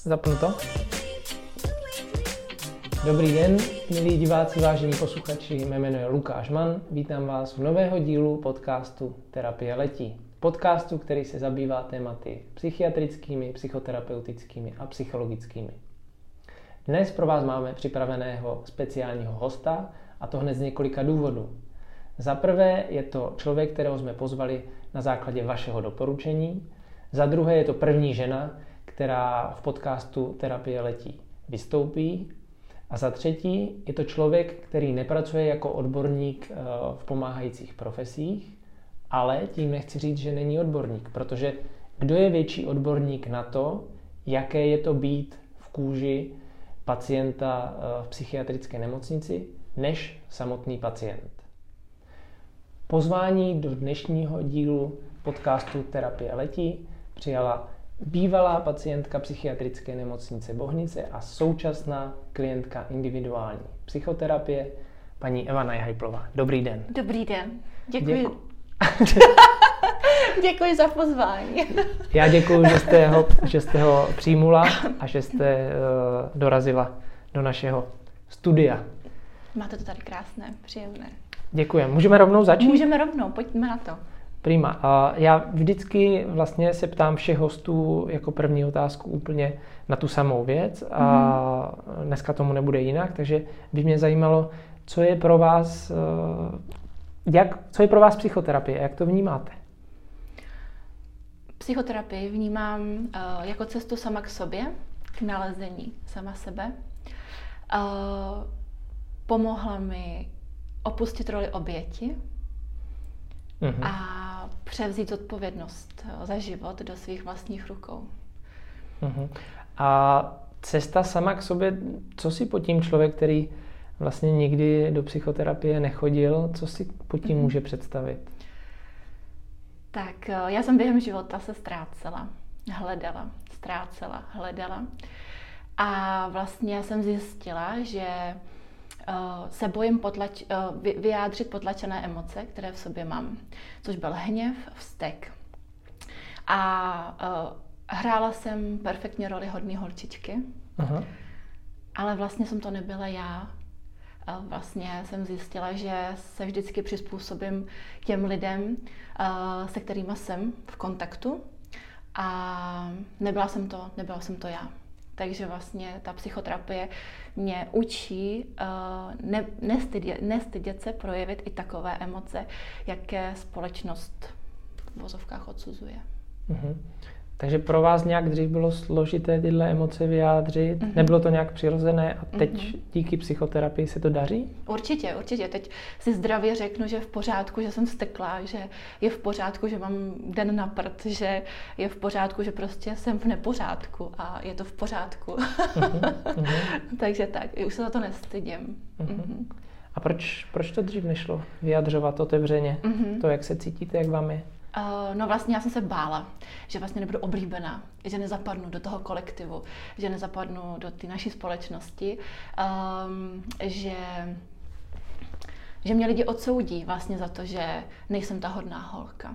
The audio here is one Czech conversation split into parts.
Zapnuto. Dobrý den, milí diváci, vážení posluchači, mé jméno je Lukáš Mann. Vítám vás u nového dílu podcastu Terapie letí. Podcastu, který se zabývá tématy psychiatrickými, psychoterapeutickými a psychologickými. Dnes pro vás máme připraveného speciálního hosta, a to hned z několika důvodů. Za prvé je to člověk, kterého jsme pozvali na základě vašeho doporučení. Za druhé je to první žena, která v podcastu Terapie letí vystoupí. A za třetí je to člověk, který nepracuje jako odborník v pomáhajících profesích, ale tím nechci říct, že není odborník, protože kdo je větší odborník na to, jaké je to být v kůži pacienta v psychiatrické nemocnici, než samotný pacient. Pozvání do dnešního dílu podcastu Terapie letí přijala bývalá pacientka psychiatrické nemocnice Bohnice a současná klientka individuální psychoterapie, paní Eva Najhajplová. Dobrý den. Dobrý den. Děkuji. Děkuji za pozvání. Já děkuji, že jste ho přijmula a že jste dorazila do našeho studia. Máte to tady krásné, příjemné. Děkujeme. Můžeme rovnou začít? Můžeme rovnou, pojďme na to. Prima. Já vždycky vlastně se ptám všech hostů jako první otázku úplně na tu samou věc a dneska tomu nebude jinak, takže by mě zajímalo, co je pro vás psychoterapie, jak to vnímáte? Psychoterapii vnímám jako cestu sama k sobě, k nalezení sama sebe. Pomohla mi opustit roli oběti a převzít odpovědnost za život do svých vlastních rukou. A cesta sama k sobě, co si pod tím člověk, který vlastně nikdy do psychoterapie nechodil, co si pod tím může představit? Tak já jsem během života se hledala. A vlastně jsem zjistila, že se bojím vyjádřit potlačené emoce, které v sobě mám, což byl hněv, vztek. A hrála jsem perfektně roli hodné holčičky, ale vlastně jsem to nebyla já. Vlastně jsem zjistila, že se vždycky přizpůsobím těm lidem, se kterými jsem v kontaktu, a nebyla jsem to já. Takže vlastně ta psychoterapie mě učí nestydět se projevit i takové emoce, jaké společnost v vozovkách odsuzuje. Takže pro vás nějak dřív bylo složité tyhle emoce vyjádřit? Nebylo to nějak přirozené a teď díky psychoterapii se to daří? Určitě. Teď si zdravě řeknu, že je v pořádku, že jsem vzteklá, že je v pořádku, že mám den na prd, že je v pořádku, že prostě jsem v nepořádku a je to v pořádku. Takže tak, už se za to nestydím. A proč to dřív nešlo vyjadřovat otevřeně? To, jak se cítíte, jak vám je? No vlastně já jsem se bála, že vlastně nebudu oblíbená, že nezapadnu do toho kolektivu, že nezapadnu do té naší společnosti, že mě lidi odsoudí vlastně za to, že nejsem ta hodná holka.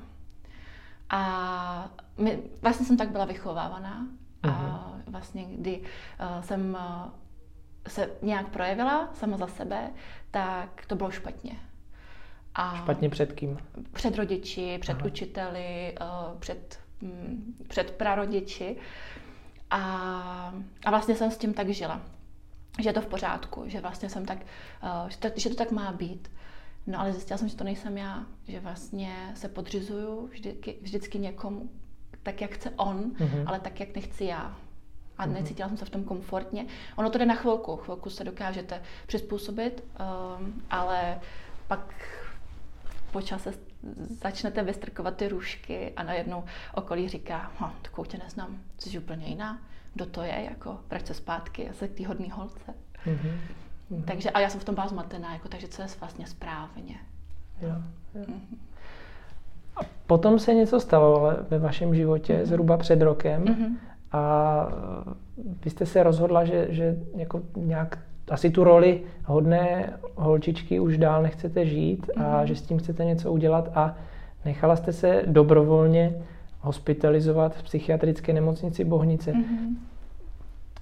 A vlastně jsem tak byla vychovávaná a vlastně kdy jsem se nějak projevila sama za sebe, tak to bylo špatně. Špatně před kým? Před rodiči, před učiteli, před prarodiči. A vlastně jsem s tím tak žila, že je to v pořádku, že vlastně jsem tak, že to tak má být. No ale zjistila jsem, že to nejsem já, že vlastně se podřizuju vždycky někomu tak, jak chce on, ale tak, jak nechci já. A necítila jsem se v tom komfortně. Ono to jde na chvilku se dokážete přizpůsobit, ale pak po čase začnete vystrkovat ty růžky a najednou okolí říká, takovou tě neznám, jsi úplně jiná, kdo to je, jako vrať se zpátky, já se k té hodný holce. Takže, a já jsem v tom byla zmatená, jako, takže co je vlastně správně. Jo. A potom se něco stalo ve vašem životě zhruba před rokem a vy jste se rozhodla, že jako nějak asi tu roli hodné holčičky už dál nechcete žít a že s tím chcete něco udělat a nechala jste se dobrovolně hospitalizovat v psychiatrické nemocnici Bohnice.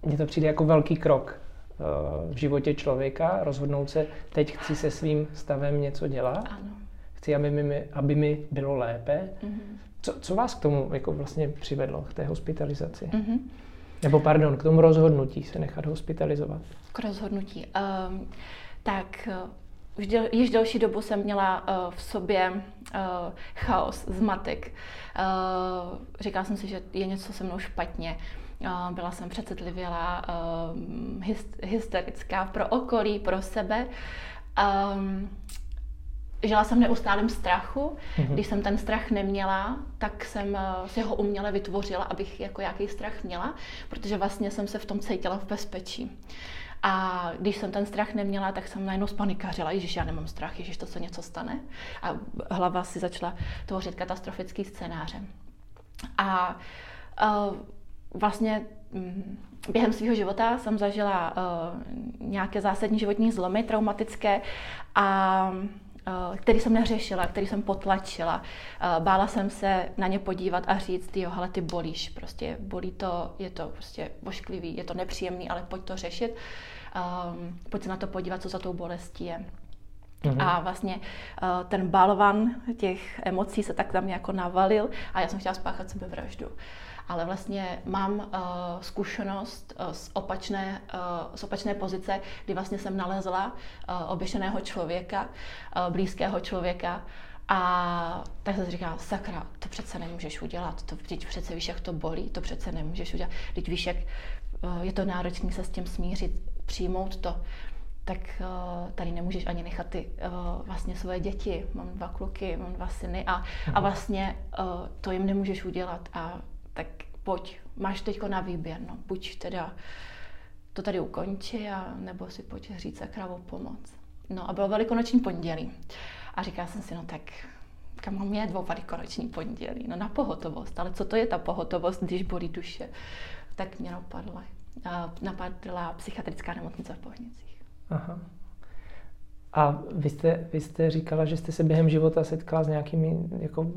mně to přijde jako velký krok v životě člověka, rozhodnout se, teď chci se svým stavem něco dělat, Ano. chci, aby mi bylo lépe. Co vás k tomu jako vlastně přivedlo, k té hospitalizaci? Nebo pardon, k tomu rozhodnutí se nechat hospitalizovat? K rozhodnutí. Již delší dobu jsem měla v sobě chaos, zmatek. Říkala jsem si, že je něco se mnou špatně. Byla jsem přecitlivělá, hysterická pro okolí, pro sebe. Žila jsem v neustálém strachu. Když jsem ten strach neměla, tak jsem si ho uměle vytvořila, abych jako jaký strach měla, protože vlastně jsem se v tom cítila v bezpečí. A když jsem ten strach neměla, tak jsem najednou spanikařila. Ježiš, já nemám strach, ježiš, to se něco stane. A hlava si začala tvořit katastrofický scénáře. A vlastně během svého života jsem zažila nějaké zásadní životní zlomy, traumatické, a který jsem neřešila, který jsem potlačila. Bála jsem se na ně podívat a říct, jo, hele, ty bolíš, prostě bolí to, je to prostě ošklivý, je to nepříjemný, ale pojď to řešit, pojď se na to podívat, co za tou bolestí je. A vlastně ten balvan těch emocí se tak na mě jako navalil a já jsem chtěla spáchat sebevraždu. Ale vlastně mám zkušenost z opačné pozice, kdy vlastně jsem nalezla oběšeného člověka, blízkého člověka, a tak jsem si říkala, sakra, to přece nemůžeš udělat, to přece víš, jak to bolí, to přece nemůžeš udělat, teď víš, jak je to náročné se s tím smířit, přijmout to, tak tady nemůžeš ani nechat ty vlastně svoje děti, mám 2 kluky, mám 2 syny a vlastně to jim nemůžeš udělat, a tak pojď, máš teďko na výběr, no, buď teda to tady ukonči, a nebo si pojď říct sakra o pomoc. No a bylo velikonoční pondělí. A říkala jsem si, no tak kam mám jet o velikonoční pondělí? No na pohotovost, ale co to je ta pohotovost, když bolí duše? Tak mě napadla psychiatrická nemocnice v Bohnicích. Aha. A vy jste říkala, že jste se během života setkala s nějakými jako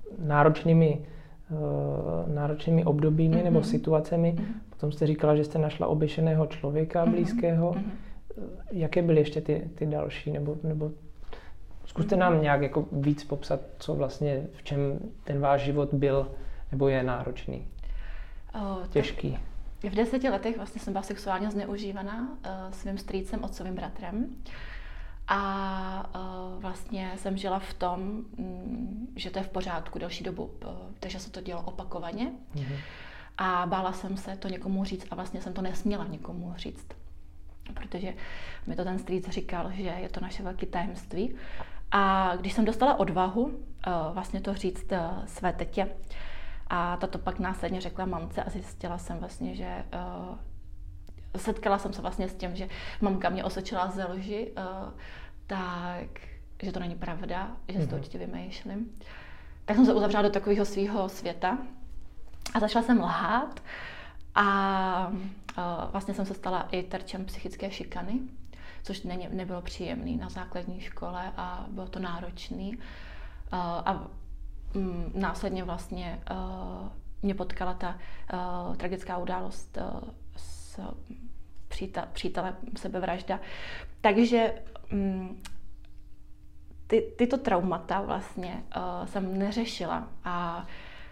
náročnými obdobími nebo situacemi. Potom jste říkala, že jste našla oběšeného člověka blízkého. Jaké byly ještě ty další? Nebo zkuste nám nějak jako víc popsat, co vlastně, v čem ten váš život byl nebo je náročný, těžký. V 10 letech vlastně jsem byla sexuálně zneužívaná svým strýcem, otcovým bratrem. A vlastně jsem žila v tom, že to je v pořádku delší dobu, takže se to dělo opakovaně. A bála jsem se to někomu říct a vlastně jsem to nesměla někomu říct, protože mi to ten strýc říkal, že je to naše velké tajemství. A když jsem dostala odvahu vlastně to říct své tetě, a tato pak následně řekla mamce, a zjistila jsem vlastně, že setkala jsem se vlastně s tím, že mamka mě osočila ze lži, tak, že to není pravda, že si to určitě vymýšlím. Tak jsem se uzavřela do takového svého světa a začala jsem lhát, a vlastně jsem se stala i terčem psychické šikany, což nebylo příjemné na základní škole a bylo to náročné. A následně vlastně mě potkala ta tragická událost s přítelem, sebevražda. Takže tyto traumata vlastně jsem neřešila a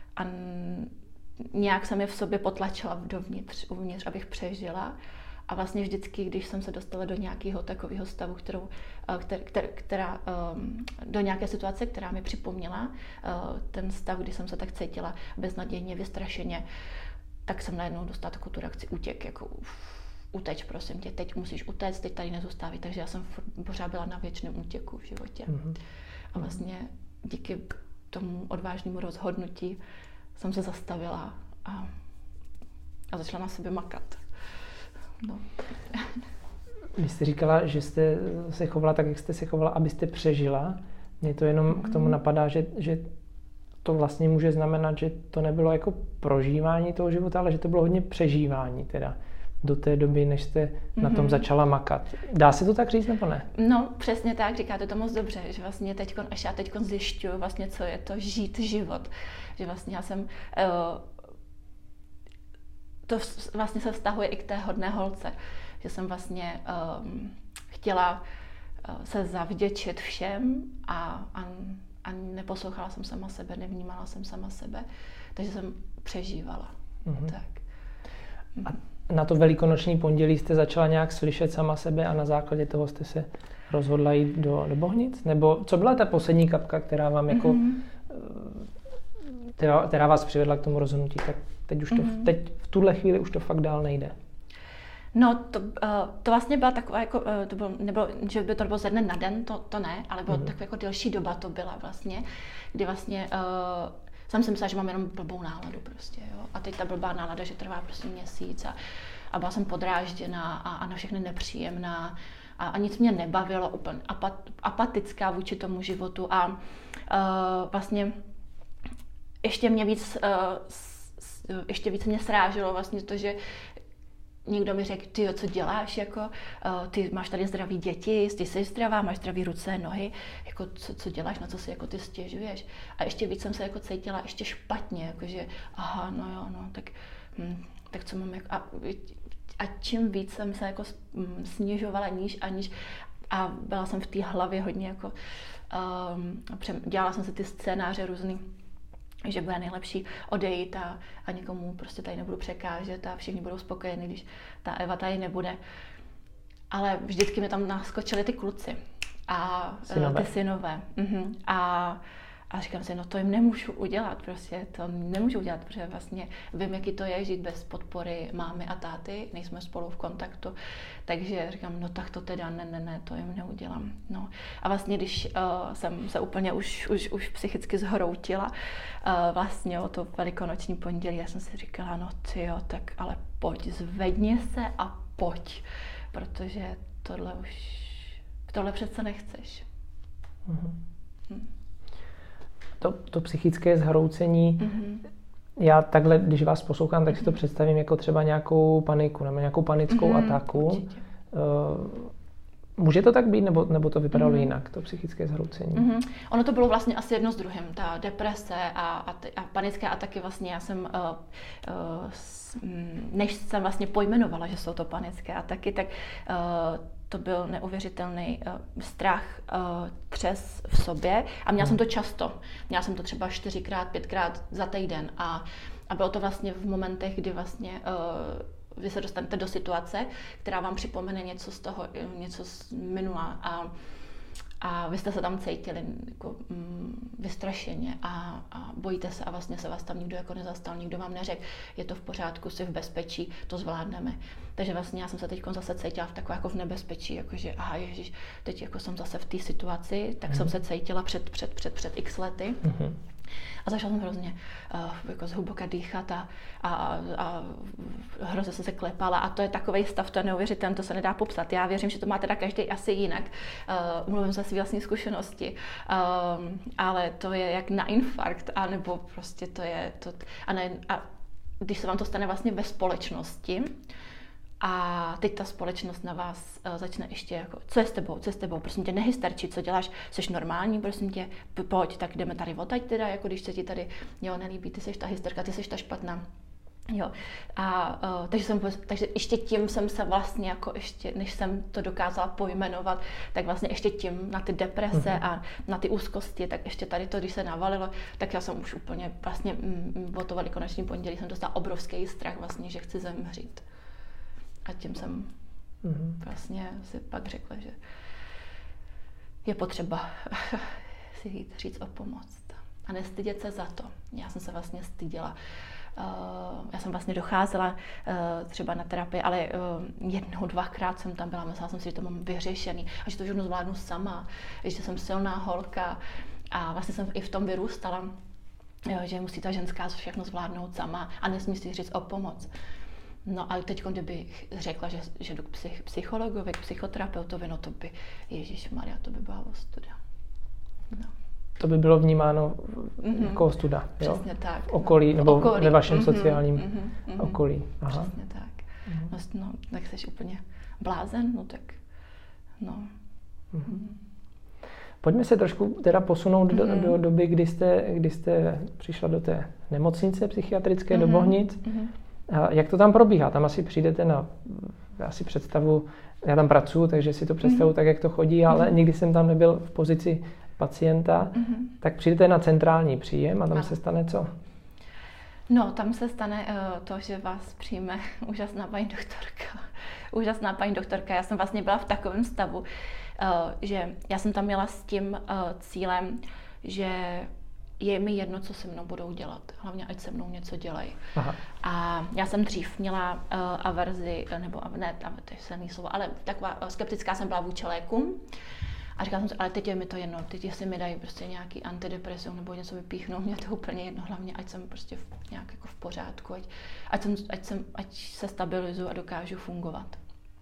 nějak jsem je v sobě potlačila uvnitř, abych přežila. A vlastně vždycky, když jsem se dostala do nějakého takového stavu, do nějaké situace, která mi připomněla ten stav, kdy jsem se tak cítila beznadějně, vystrašeně, tak jsem najednou dostala takovou tu reakci útěk, jako uteč, prosím tě, teď musíš utéct, teď tady nezůstávají. Takže já jsem pořád byla na věčném útěku v životě. A vlastně díky tomu odvážnému rozhodnutí jsem se zastavila a začala na sebe makat. No. Vy jste říkala, že jste se chovala tak, jak jste se chovala, abyste přežila. Mně to jenom k tomu napadá, že to vlastně může znamenat, že to nebylo jako prožívání toho života, ale že to bylo hodně přežívání teda do té doby, než jste na tom začala makat. Dá se to tak říct, nebo ne? No, přesně tak, říkáte to moc dobře, že vlastně až já teďkon zjišťuju vlastně, co je to žít život. Že vlastně já jsem to vlastně se vztahuje i k té hodné holce, že jsem vlastně chtěla se zavděčit všem a neposlouchala jsem sama sebe, nevnímala jsem sama sebe, takže jsem přežívala. Tak. A na to velikonoční pondělí jste začala nějak slyšet sama sebe a na základě toho jste se rozhodla jít do Bohnic? Nebo co byla ta poslední kapka, která vám jako, která vás přivedla k tomu rozhodnutí? Tak teď už teď v tuhle chvíli už to fakt dál nejde. No, to vlastně byla taková, jako, nebylo, že by to bylo ze dne na den, to ne, ale bylo taková jako delší doba to byla vlastně, kdy vlastně jsem si myslela, že mám jenom blbou náladu prostě, jo. A teď ta blbá nálada, že trvá prostě měsíc a byla jsem podrážděná a na všechny nepříjemná a nic mě nebavilo, úplně apatická vůči tomu životu a vlastně ještě víc mě sráželo vlastně to, že někdo mi řekl, ty co děláš, jako, ty máš tady zdraví děti, ty jsi zdravá, máš zdraví ruce, nohy, jako, co děláš, na co si jako ty stěžuješ. A ještě víc jsem se jako cítila ještě špatně, jakože aha, no jo, no, tak co mám, jako, a čím víc jsem se jako snižovala níž a níž a byla jsem v té hlavě hodně jako, dělala jsem si ty scénáře různý, že bude nejlepší odejít a nikomu prostě tady nebudu překážet a všichni budou spokojeni, když ta Eva tady nebude. Ale vždycky mi tam naskočili ty kluci a ty synové. A říkám si, no to jim nemůžu udělat, prostě to nemůžu udělat, protože vlastně vím, jaký to je žít bez podpory mámy a táty, nejsme spolu v kontaktu, takže říkám, no tak to teda ne, to jim neudělám. No. A vlastně, když jsem se úplně už psychicky zhroutila vlastně o to velikonoční pondělí, já jsem si říkala, no tyjo, tak ale pojď, zvedni se a pojď, protože tohle přece nechceš. To psychické zhroucení, já takhle, když vás poslouchám, tak si to představím jako třeba nějakou paniku nebo nějakou panickou ataku. Určitě. Může to tak být, nebo to vypadalo jinak, to psychické zhroucení? Ono to bylo vlastně asi jedno s druhým, ta deprese a panické ataky vlastně, já jsem, než jsem vlastně pojmenovala, že jsou to panické ataky, tak to byl neuvěřitelný strach, třes v sobě a měla jsem to často. Měla jsem to třeba 4x, 5x za týden a bylo to vlastně v momentech, kdy vlastně vy se dostanete do situace, která vám připomene něco z toho, něco z minula a vy jste se tam cítili jako, vystrašeně a bojíte se a vlastně se vás tam nikdo jako nezastal, nikdo vám neřekl, je to v pořádku, jsi v bezpečí, to zvládneme. Takže vlastně já jsem se teď zase cítila v takové jako v nebezpečí, jakože aha ježiš, teď jako jsem zase v té situaci, tak jsem se cítila před x lety. A začala jsem hrozně jako zhluboka dýchat a hrozně jsem se klepala a to je takovej stav, to je neuvěřitelné, to se nedá popsat. Já věřím, že to má teda každý asi jinak. Mluvím ze své vlastní zkušenosti, ale to je jak na infarkt, anebo prostě to je to, a když se vám to stane vlastně ve společnosti, a teď ta společnost na vás začne ještě jako, co je s tebou, prosím tě, nehysterči, co děláš, jsi normální, prosím tě, pojď, tak jdeme tady odtaď teda, jako když se ti tady, jo, nelíbí, ty jsi ta hysterka, ty jsi ta špatná. Jo, takže ještě tím jsem se vlastně jako ještě, než jsem to dokázala pojmenovat, tak vlastně ještě tím na ty deprese a na ty úzkosti, tak ještě tady to, když se navalilo, tak já jsem už úplně vlastně o to velikonoční pondělí jsem dostala obrovský strach vlastně, že chci zemřít. A tím jsem vlastně si pak řekla, že je potřeba si jít říct o pomoc a nestydět se za to. Já jsem se vlastně styděla. Já jsem vlastně docházela třeba na terapii, ale jednou, dvakrát jsem tam byla, myslela jsem si, že to mám vyřešený a že to všechno zvládnu sama, že jsem silná holka a vlastně jsem i v tom vyrůstala, že musí ta ženská všechno zvládnout sama a nesmí si říct o pomoc. No ale teď, kdybych řekla, že jdu k psychologovi, k psychoterapeutovi, no to by, ježišmarja, to by byla ostuda. No. To by bylo vnímáno jako ostuda, jo? Přesně tak. V okolí, nebo ve vašem sociálním okolí. Aha. Přesně tak. No, tak jsi úplně blázen, no tak, no. Pojďme se trošku teda posunout do doby, kdy jste přišla do té nemocnice psychiatrické do Bohnic. Jak to tam probíhá? Tam asi přijdete na představu, já tam pracuji, takže si to představu tak, jak to chodí, ale nikdy jsem tam nebyl v pozici pacienta, tak přijdete na centrální příjem a tam se stane co? No, tam se stane to, že vás přijme úžasná paní doktorka. Úžasná paní doktorka. Já jsem vlastně byla v takovém stavu, že já jsem tam měla s tím cílem, že je mi jedno, co se mnou budou dělat. Hlavně, ať se mnou něco dělají. Aha. A já jsem dřív měla averzi, nebo ne, to je silný slovo, ale taková skeptická jsem byla vůči lékům. A říkala jsem si, ale teď je mi to jedno, teď jestli mi dají prostě nějaký antidepresiv nebo něco vypíchnou, mě to úplně jedno, hlavně ať jsem prostě nějak jako v pořádku, ať se stabilizuju a dokážu fungovat.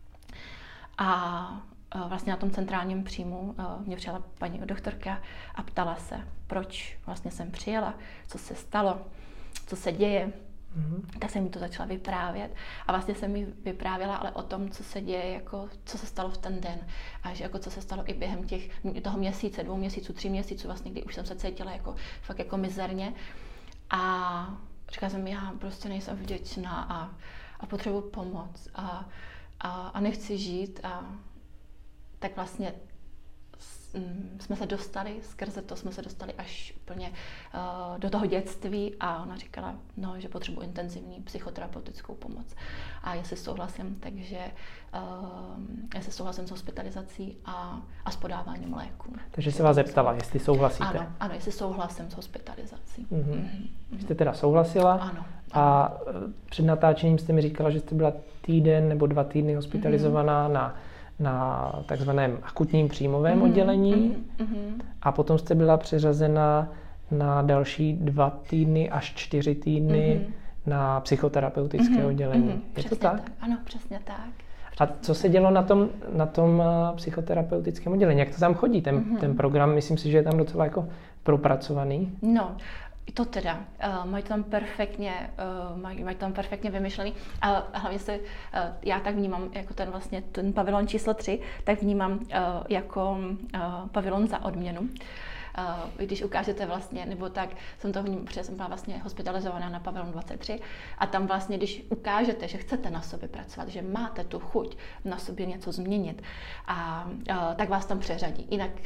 A vlastně na tom centrálním příjmu mě přijala paní doktorka a ptala se, proč vlastně jsem přijela, co se stalo, co se děje. Tak jsem mi to začala vyprávět a vlastně jsem mi vyprávěla ale o tom, co se děje, jako co se stalo v ten den a že jako co se stalo i během toho měsíce, 2 měsíců, 3 měsíců, vlastně, kdy už jsem se cítila jako fakt jako mizerně a říkala jsem, já prostě nejsem vděčná a potřebuji pomoc a nechci žít a tak vlastně jsme se dostali, skrze to jsme se dostali až úplně do toho dětství a ona říkala, že potřebuji intenzivní psychoterapeutickou pomoc. A jestli souhlasím, takže jestli souhlasím s hospitalizací a s podáváním léků. Takže se vás zeptala, jestli souhlasíte. Ano, jestli souhlasím s hospitalizací. Jste teda souhlasila? Ano. A před natáčením jste mi říkala, že jste byla týden nebo 2 týdny hospitalizovaná na takzvaném akutním příjmovém oddělení a potom jste byla přeřazena na další 2 týdny až 4 týdny na psychoterapeutické oddělení. Je přesně to tak? Ano, přesně tak. A co se dělo na tom psychoterapeutickém oddělení? Jak to tam chodí? Ten program, myslím si, že je tam docela jako propracovaný. No, to teda, mají to tam perfektně vymyšlený a hlavně já tak vnímám, jako ten pavilon číslo 3, tak vnímám jako pavilon za odměnu. Když ukážete vlastně, nebo tak jsem to vnímala, protože jsem byla vlastně hospitalizovaná na pavilon 23 a tam vlastně, když ukážete, že chcete na sobě pracovat, že máte tu chuť na sobě něco změnit, tak vás tam přeřadí.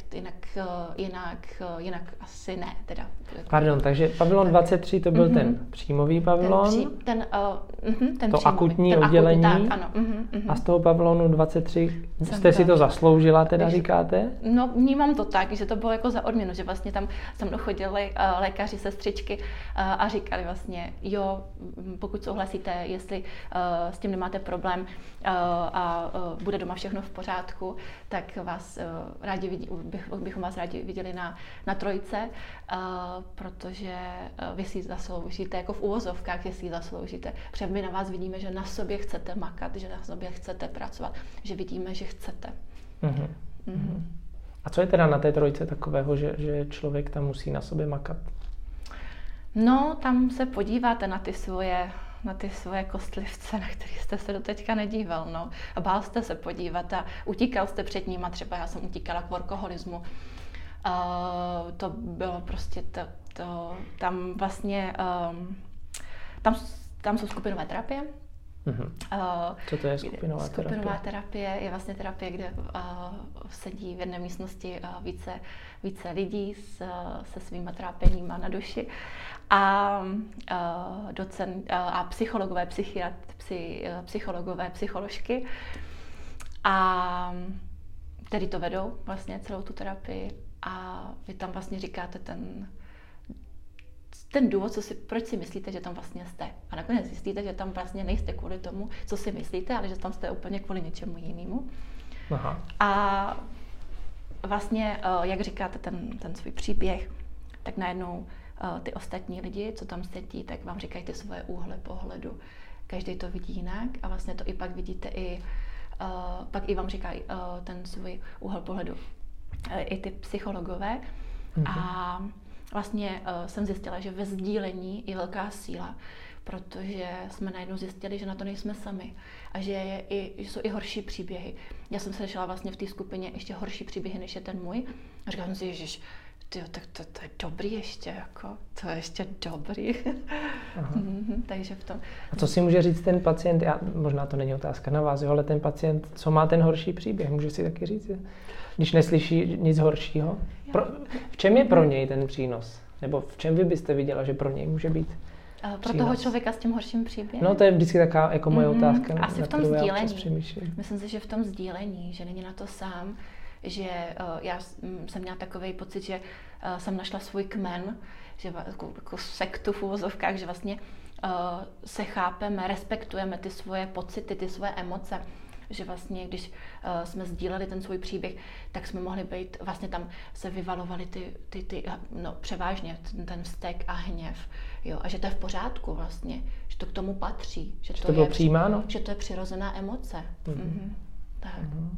Jinak asi ne. Teda. Pardon, takže pavilon 23 to byl ten příjmový pavilon, ten to akutní oddělení ano. A z toho pavilonu 23 jste si to zasloužila, teda říkáte? No, vnímám to tak, že to bylo jako za odměnu, že vlastně tam se mnou chodili lékaři, sestřičky a říkali vlastně, jo, pokud souhlasíte, jestli s tím nemáte problém a bude doma všechno v pořádku, tak vás bychom vás rádi viděli na trojce, protože vy si zasloužíte, jako v uvozovkách, že si zasloužíte. Protože my na vás vidíme, že na sobě chcete makat, že na sobě chcete pracovat, že vidíme, že chcete. A co je teda na té trojce takového, že člověk tam musí na sobě makat? No, tam se podíváte na ty svoje kostlivce, na které jste se doteďka nedíval, no. A bál jste se podívat a utíkal jste před nima, třeba já jsem utíkala k workoholismu. To bylo prostě tam vlastně, tam jsou skupinové terapie. Co to je skupinová terapie? Skupinová terapie je vlastně terapie, kde sedí v jedné místnosti více lidí se svýma trápeníma na duši a psychologové, psychologové, psycholožky a který to vedou vlastně celou tu terapii a vy tam vlastně říkáte ten důvod, proč si myslíte, že tam vlastně jste. A nakonec zjistíte, že tam vlastně nejste kvůli tomu, co si myslíte, ale že tam jste úplně kvůli něčemu jinému. Aha. A vlastně, jak říkáte ten svůj příběh, tak najednou ty ostatní lidi, co tam sedí, tak vám říkají ty svoje úhly pohledu. Každý to vidí jinak a vlastně to i pak vidíte pak i vám říkají ten svůj úhel pohledu i ty psychologové. A vlastně jsem zjistila, že ve sdílení je velká síla, protože jsme najednou zjistili, že na to nejsme sami a že jsou i horší příběhy. Já jsem slyšela vlastně v té skupině ještě horší příběhy, než je ten můj. A říkala jsem si, ježiš, jo, tak to je dobrý ještě, jako, to je ještě dobrý. Takže v tom. A co si může říct ten pacient, možná to není otázka na vás, jo, ale ten pacient, co má ten horší příběh, může si taky říct, když neslyší nic horšího? V čem je pro něj ten přínos? Nebo v čem vy byste viděla, že pro něj může být pro toho člověka s tím horším příběhem? No to je vždycky taková jako moje otázka. Asi v tom sdílení. Myslím si, že v tom sdílení, že není na to sám, že já jsem měla takový pocit, že jsem našla svůj kmen, že jako sektu v uvozovkách, že vlastně se chápeme, respektujeme ty svoje pocity, ty svoje emoce, že vlastně, když jsme sdíleli ten svůj příběh, tak jsme mohli být, vlastně tam se vyvalovaly no převážně ten vztek a hněv, jo, a že to je v pořádku vlastně, že to k tomu patří, že to bylo přijímáno? Že to je přirozená emoce. Tak.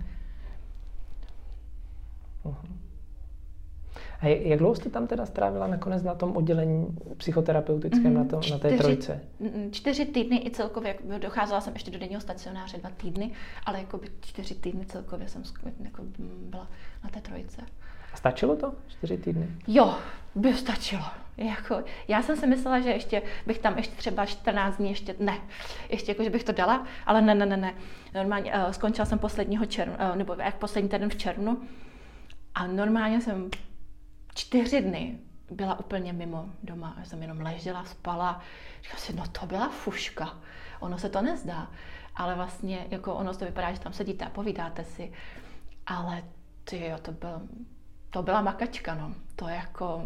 A jak dlouho jste tam teda strávila nakonec na tom oddělení psychoterapeutickém, na té trojce? 4 týdny i celkově, docházela jsem ještě do denního stacionáře 2 týdny, ale jako 4 týdny celkově jsem jako byla na té trojce. A stačilo to? 4 týdny? Jo, by stačilo. Jako, já jsem si myslela, že ještě bych tam ještě třeba 14 dní, ještě jako, že bych to dala, ale ne. Normálně skončila jsem posledního června, nebo jak poslední týden v červnu a normálně jsem 4 dny byla úplně mimo doma. Já jsem jenom ležela, spala. Říkala si, no to byla fuška. Ono se to nezdá. Ale vlastně, jako ono to vypadá, že tam sedíte a povídáte si. Ale tyjo, to byla makačka, no. To jako,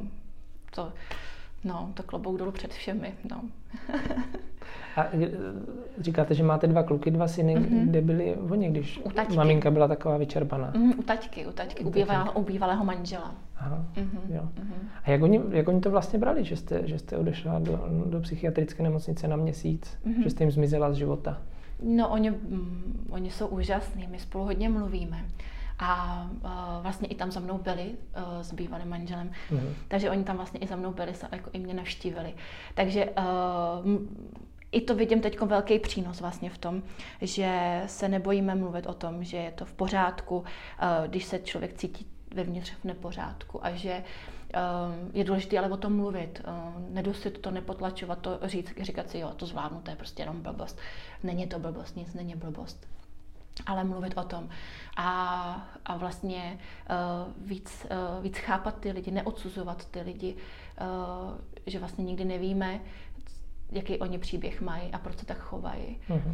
to klobouk dolů před všemi, no. A říkáte, že máte 2 kluky, 2 syny, kde byli oni, když maminka byla taková vyčerpaná? U taťky, u bývalého manžela. Aha, jo. A jak oni to vlastně brali, že jste odešla do psychiatrické nemocnice na měsíc, že jste jim zmizela z života? No, oni jsou úžasní, my spolu hodně mluvíme. A vlastně i tam za mnou byli s bývalým manželem, takže oni tam vlastně i za mnou byli, jako i mě navštívili. Takže i to vidím teď velký přínos vlastně v tom, že se nebojíme mluvit o tom, že je to v pořádku, když se člověk cítí vevnitř v nepořádku a že je důležité ale o tom mluvit, nedusit to, nepotlačovat to, říkat si, jo, to zvládnu, to je prostě jenom blbost. Není to blbost, nic není blbost. Ale mluvit o tom a vlastně víc chápat ty lidi, neodsuzovat ty lidi, že vlastně nikdy nevíme, jaký oni příběh mají a proč se tak chovají.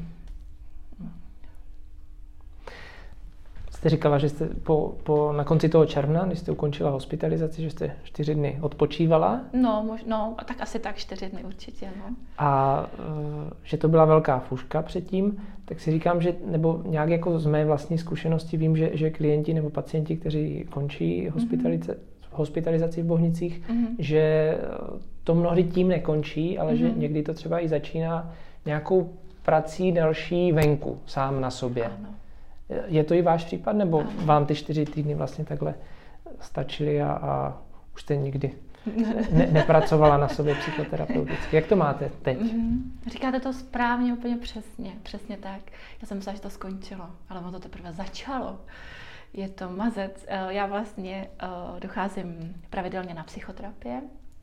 Jste říkala, že jste na konci toho června, když jste ukončila hospitalizaci, že jste 4 dny odpočívala? No, tak asi tak 4 dny určitě, no. A že to byla velká fuška předtím, tak si říkám, že, nebo nějak jako z mé vlastní zkušenosti vím, že klienti nebo pacienti, kteří končí hospitalizaci v Bohnicích, že to mnohdy tím nekončí, ale že někdy to třeba i začíná nějakou prací další venku, sám na sobě. Ano. Je to i váš případ, nebo vám ty 4 týdny vlastně takhle stačily a už jste nikdy nepracovala na sobě psychoterapeuticky? Jak to máte teď? Říkáte to správně, úplně přesně tak. Já jsem myslela, že to skončilo, ale ono to teprve začalo. Je to mazec. Já vlastně docházím pravidelně na psychoterapie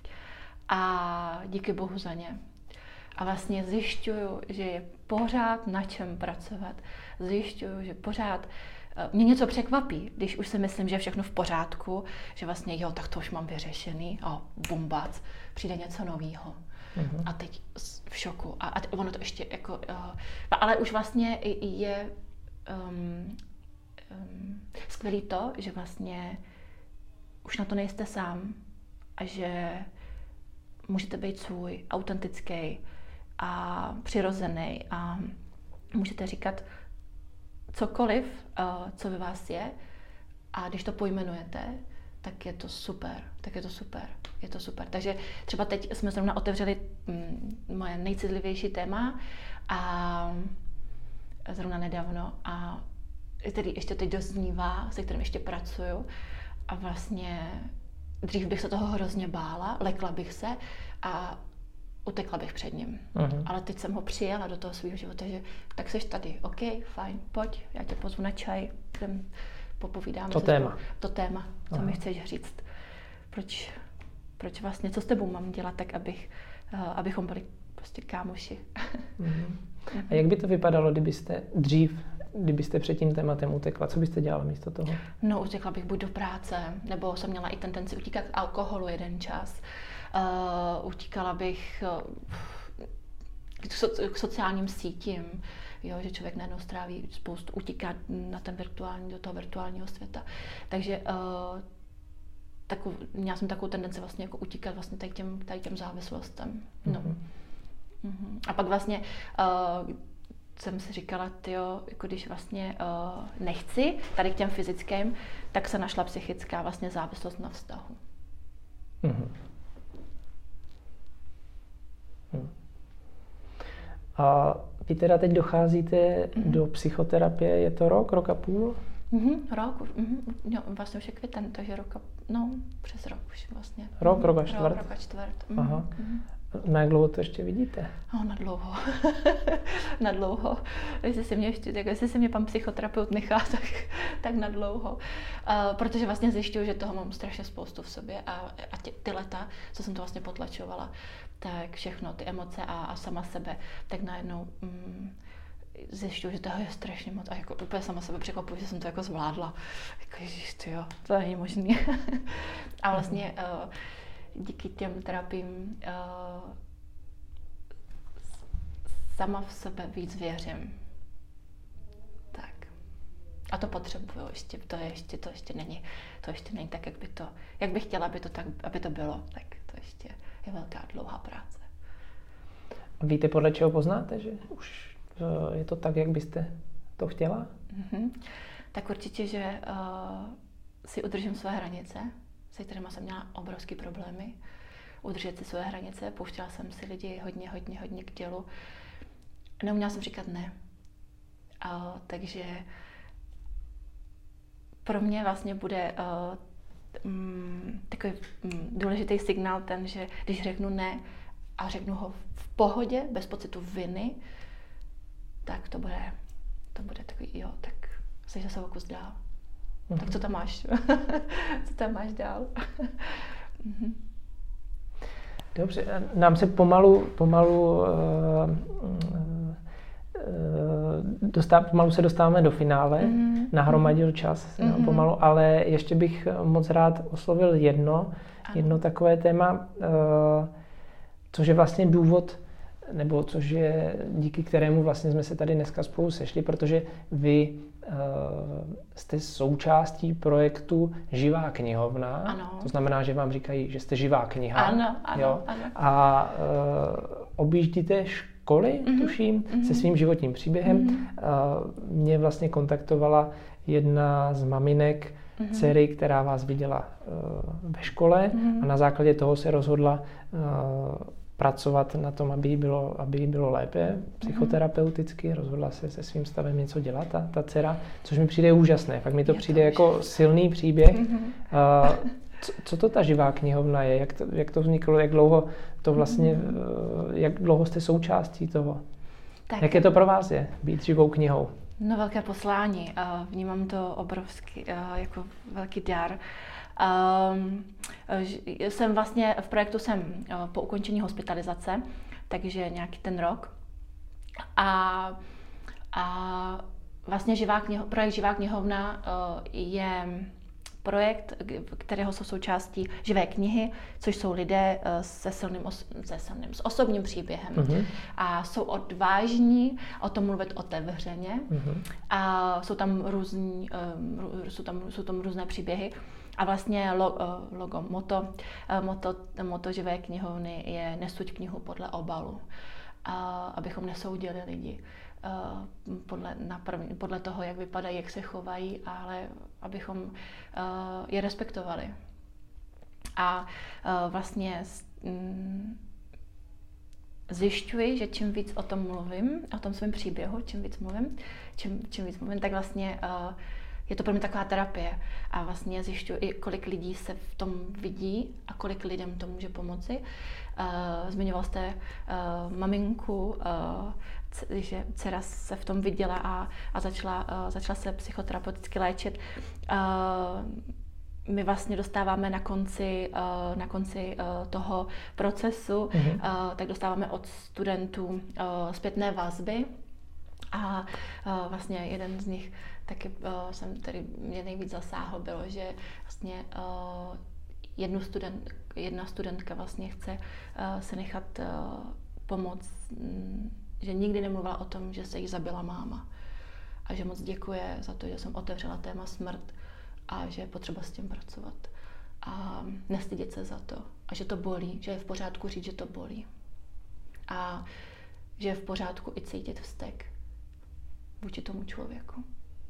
a díky Bohu za ně. A vlastně zjišťuju, že je pořád na čem pracovat. Zjišťuju, že pořád mě něco překvapí, když už si myslím, že je všechno v pořádku, že vlastně jo, tak to už mám vyřešený a bumbac, přijde něco novýho. A teď v šoku. A ono to ještě jako... ale už vlastně je skvělý to, že vlastně už na to nejste sám a že můžete být svůj, autentický a přirozený a můžete říkat cokoliv, co ve vás je a když to pojmenujete, tak je to super. Takže třeba teď jsme zrovna otevřeli moje nejcitlivější téma a zrovna nedávno a který ještě teď doznívá, se kterým ještě pracuju a vlastně dřív bych se toho hrozně bála, lekla bych se a utekla bych před ním. Ale teď jsem ho přijala do toho svého života, že tak seš tady, OK, fajn, pojď, já tě pozvu na čaj, popovídáme to téma, co mi chceš říct. proč vlastně, co s tebou mám dělat, tak abychom byli prostě kámoši. A jak by to vypadalo, kdybyste před tím tématem utekla? Co byste dělala místo toho? No, utekla bych buď do práce, nebo jsem měla i tendenci utíkat k alkoholu jeden čas. Utíkala bych k sociálním sítím, jo, že člověk najednou stráví spoustu, utíká do toho virtuálního světa. Takže měla jsem takovou tendenci vlastně jako utíkat vlastně tady těm závislostem. No. A pak vlastně jsem si říkala, jako když vlastně nechci tady k těm fyzickým, tak se našla psychická vlastně závislost na vztahu. A vy teda teď docházíte do psychoterapie, je to rok a půl? Rok, no, vlastně už je květen, takže přes rok už vlastně. Rok a čtvrt? Rok a čtvrt. Aha. Na jak dlouho to ještě vidíte? Na dlouho. Na dlouho. Jestli si mě pan psychoterapeut nechá, tak na dlouho. Protože vlastně zjišťuju, že toho mám strašně spoustu v sobě a ty leta, co jsem to vlastně potlačovala, tak všechno, ty emoce a sama sebe, tak najednou zjišťuju, že toho je strašně moc a jako úplně sama sebe překvapuju, že jsem to jako zvládla. Jako ježiš, to není možný. A vlastně díky těm terapiím sama v sebe víc věřím. Tak. A to potřebuju ještě, to ještě není tak, jak bych chtěla, aby to bylo, tak to ještě je velká dlouhá práce. A víte, podle čeho poznáte, že už je to tak, jak byste to chtěla? Tak určitě, že si udržím své hranice, se kterými jsem měla obrovské problémy. Udržet si své hranice, pouštěla jsem si lidi hodně k tělu. Neuměla jsem říkat ne. Takže pro mě vlastně bude takový důležitý signál ten, že když řeknu ne a řeknu ho v pohodě, bez pocitu viny, tak to bude takový, tak jsi zase o kus dál. Tak co tam máš? Co tam máš dál? Dobře, nám se pomalu se dostáváme do finále. Nahromadil čas pomalu, ale ještě bych moc rád oslovil jedno takové téma, což je vlastně důvod, nebo což je díky kterému vlastně jsme se tady dneska spolu sešli, protože vy jste součástí projektu Živá knihovna. Ano. To znamená, že vám říkají, že jste živá kniha. Ano. A objíždíte školy, tuším, se svým životním příběhem. Mě vlastně kontaktovala jedna z maminek dcery, která vás viděla ve škole a na základě toho se rozhodla pracovat na tom, aby jí bylo lépe psychoterapeuticky, rozhodla se svým stavem něco dělat, ta dcera, což mi přijde úžasné. Fakt mi to přijde jako silný příběh. Co to ta živá knihovna je? Jak to vzniklo? Jak dlouho to vlastně, jak dlouho jste součástí toho? Tak. Jaké to pro vás je, být živou knihou? No, velké poslání. Vnímám to obrovský, jako velký dar. Jsem vlastně v projektu po ukončení hospitalizace, takže nějaký ten rok. A vlastně projekt Živá knihovna je projekt, kterého jsou součástí živé knihy, což jsou lidé s osobním příběhem. A jsou odvážní o tom mluvit otevřeně. A jsou tam různé příběhy. A vlastně motto živé knihovny je nesuď knihu podle obalu, abychom nesoudili lidi podle toho, jak vypadají, jak se chovají, ale abychom je respektovali. A vlastně zjišťuji, že čím víc o tom mluvím, o tom svém příběhu, čím víc mluvím, tak vlastně je to pro mě taková terapie. A vlastně zjišťuji i, kolik lidí se v tom vidí a kolik lidem to může pomoci. Zmiňoval jste maminku, že dcera se v tom viděla a začala se psychoterapeuticky léčit. my vlastně dostáváme na konci toho procesu, tak dostáváme od studentů zpětné vazby a vlastně jeden z nich taky mě nejvíc zasáhl, bylo, že vlastně jedna studentka vlastně chce se nechat pomoct, že nikdy nemluvila o tom, že se jí zabila máma a že moc děkuje za to, že jsem otevřela téma smrt a že je potřeba s tím pracovat a nestydět se za to a že to bolí, že je v pořádku říct, že to bolí a že je v pořádku i cítit vztek vůči tomu člověku.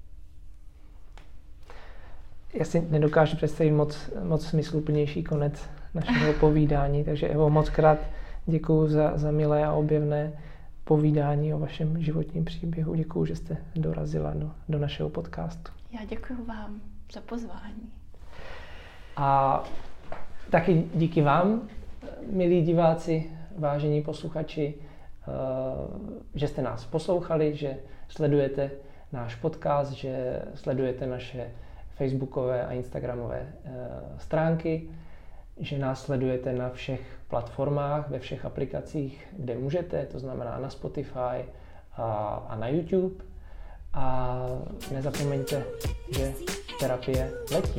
Já si nedokážu představit moc smysluplnější konec našeho povídání, takže Evo, moc krát děkuju za milé a objevné povídání o vašem životním příběhu. Děkuju, že jste dorazila do našeho podcastu. Já děkuju vám za pozvání. A taky díky vám, milí diváci, vážení posluchači, že jste nás poslouchali, že sledujete náš podcast, že sledujete naše facebookové a instagramové stránky, že nás sledujete na všech platformách, ve všech aplikacích, kde můžete, to znamená na Spotify a na YouTube. A nezapomeňte, že terapie letí.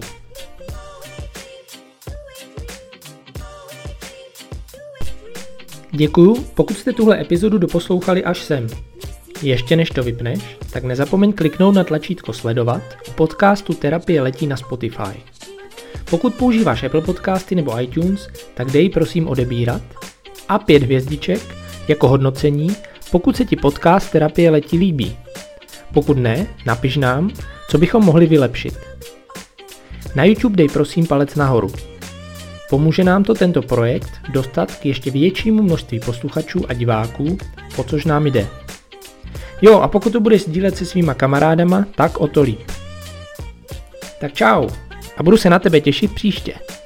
Děkuju, pokud jste tuhle epizodu doposlouchali až sem. Ještě než to vypneš, tak nezapomeň kliknout na tlačítko sledovat u podcastu Terapie letí na Spotify. Pokud používáš Apple Podcasty nebo iTunes, tak dej prosím odebírat a 5 hvězdiček jako hodnocení, pokud se ti podcast Terapie letí líbí. Pokud ne, napiš nám, co bychom mohli vylepšit. Na YouTube dej prosím palec nahoru. Pomůže nám to tento projekt dostat k ještě většímu množství posluchačů a diváků, o což nám jde. Jo, a pokud to budeš sdílet se svýma kamarádama, tak o to líp. Tak čau a budu se na tebe těšit příště.